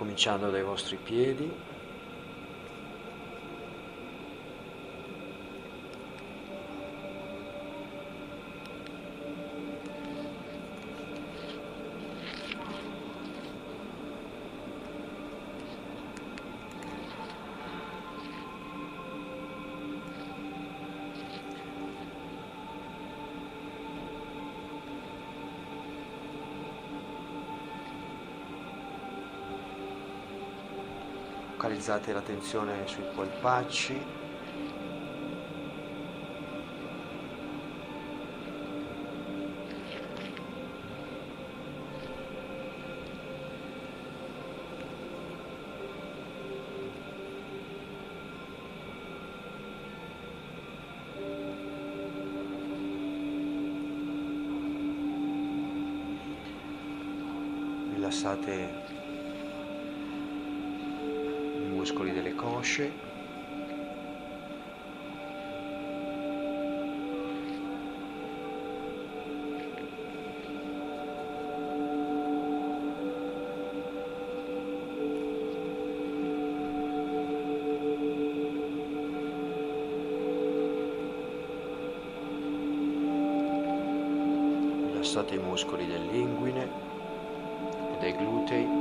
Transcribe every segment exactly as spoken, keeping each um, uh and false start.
cominciando dai vostri piedi, focalizzate l'attenzione sui polpacci, rilassate i muscoli delle cosce, rilassate i muscoli dell'inguine e dei glutei.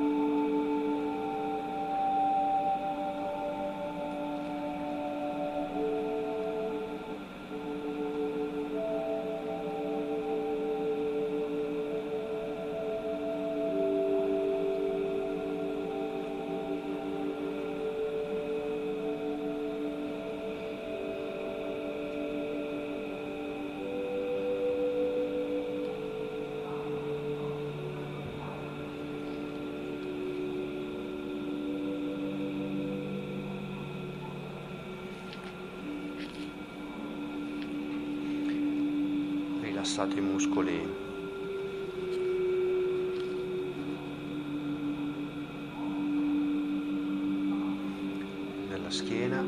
Rilassate i muscoli della schiena,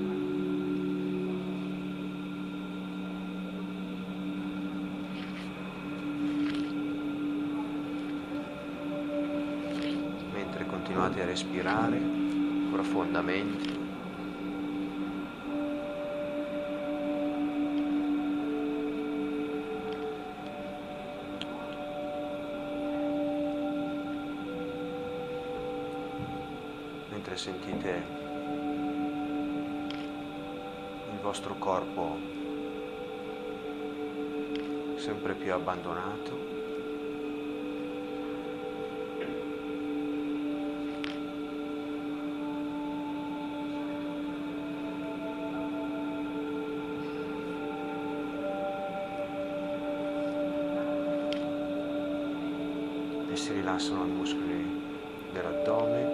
mentre continuate a respirare profondamente. Mentre sentite il vostro corpo sempre più abbandonato, e si rilassano i muscoli dell'addome,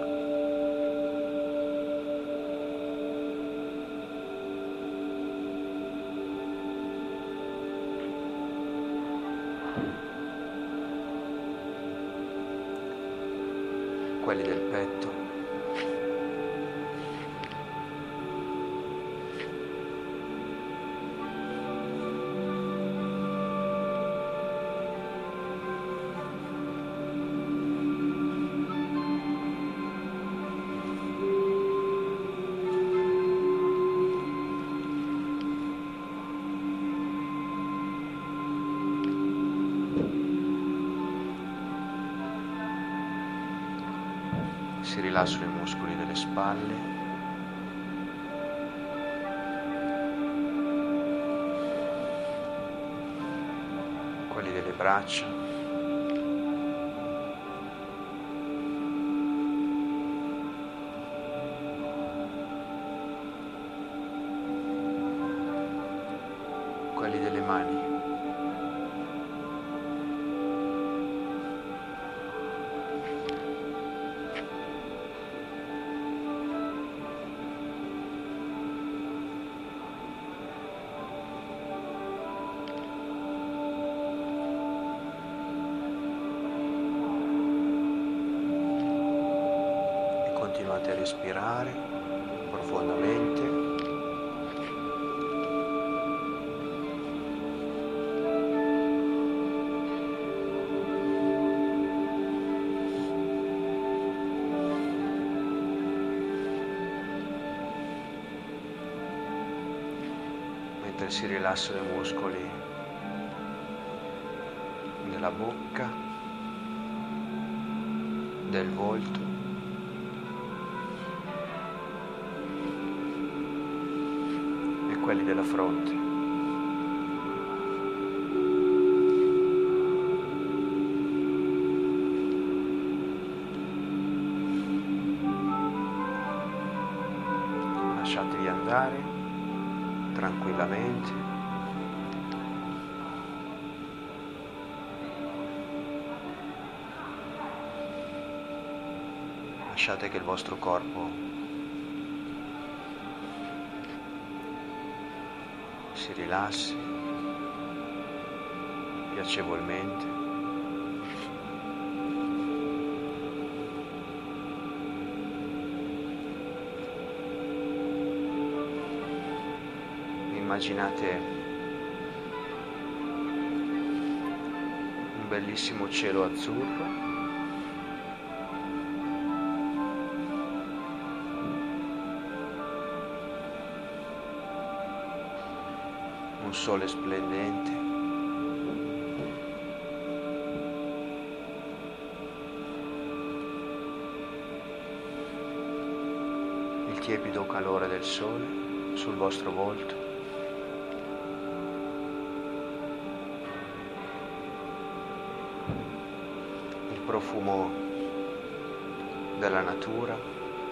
quelli del petto, si rilassano i muscoli delle spalle, quelli delle braccia, quelli delle mani. Continuate a respirare profondamente. mentre si rilassano i muscoli della bocca, del volto e quelli della fronte. Lasciateli andare tranquillamente. Lasciate che il vostro corpo si rilassi piacevolmente. Immaginate un bellissimo cielo azzurro, un sole splendente, il tiepido calore del sole sul vostro volto, il profumo della natura,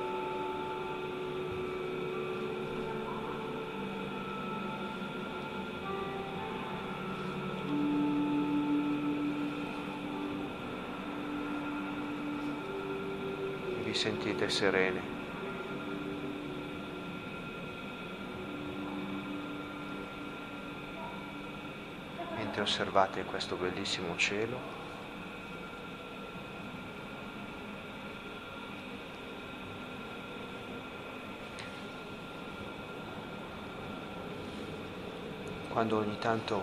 vi sentite serene. Mentre osservate questo bellissimo cielo, quando ogni tanto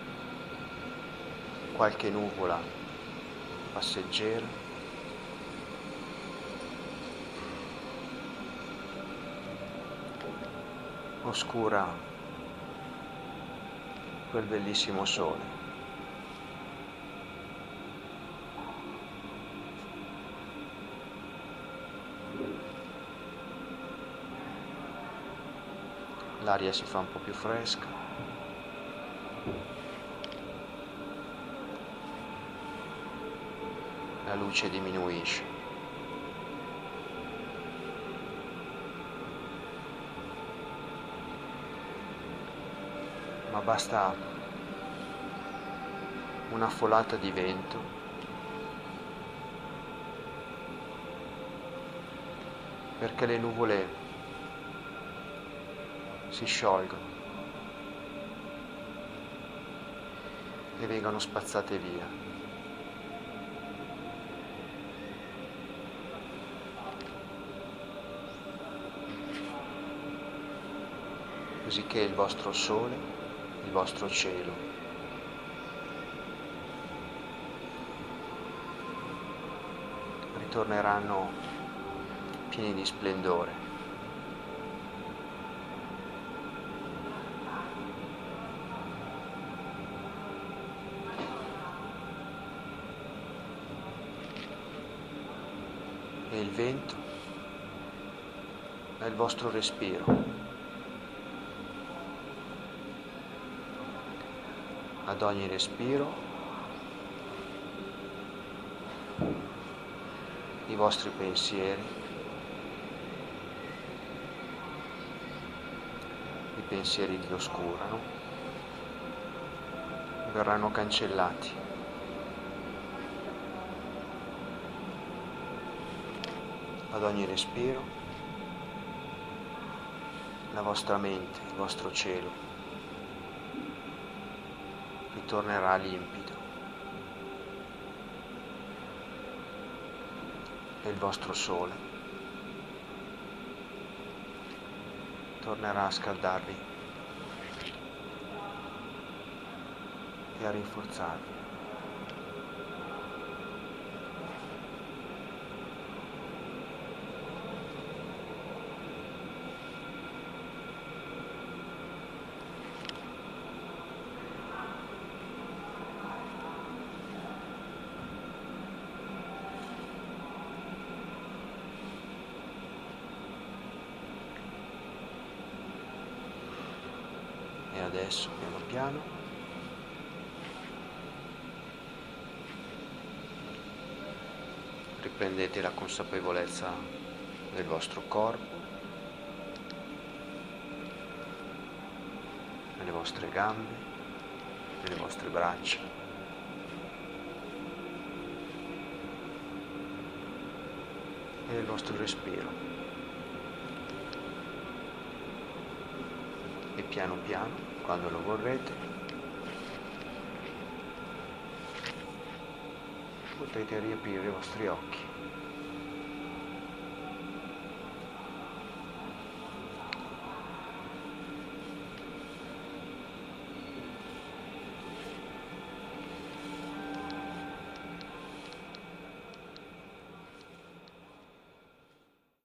qualche nuvola passeggera oscura quel bellissimo sole. L'aria si fa un po' più fresca. La luce diminuisce. Ma basta una folata di vento perché le nuvole si sciolgono e vengano spazzate via. Così che il vostro sole, il vostro cielo ritorneranno pieni di splendore. E il vento è il vostro respiro. Ad ogni respiro i vostri pensieri, i pensieri che oscurano, verranno cancellati. Ad ogni respiro la vostra mente, il vostro cielo ritornerà limpido e il vostro sole tornerà a scaldarvi e a rinforzarvi. adesso, piano piano, riprendete la consapevolezza del vostro corpo, nelle vostre gambe, nelle vostre braccia. E nel vostro respiro. E piano piano, quando lo vorrete, potete riaprire i vostri occhi.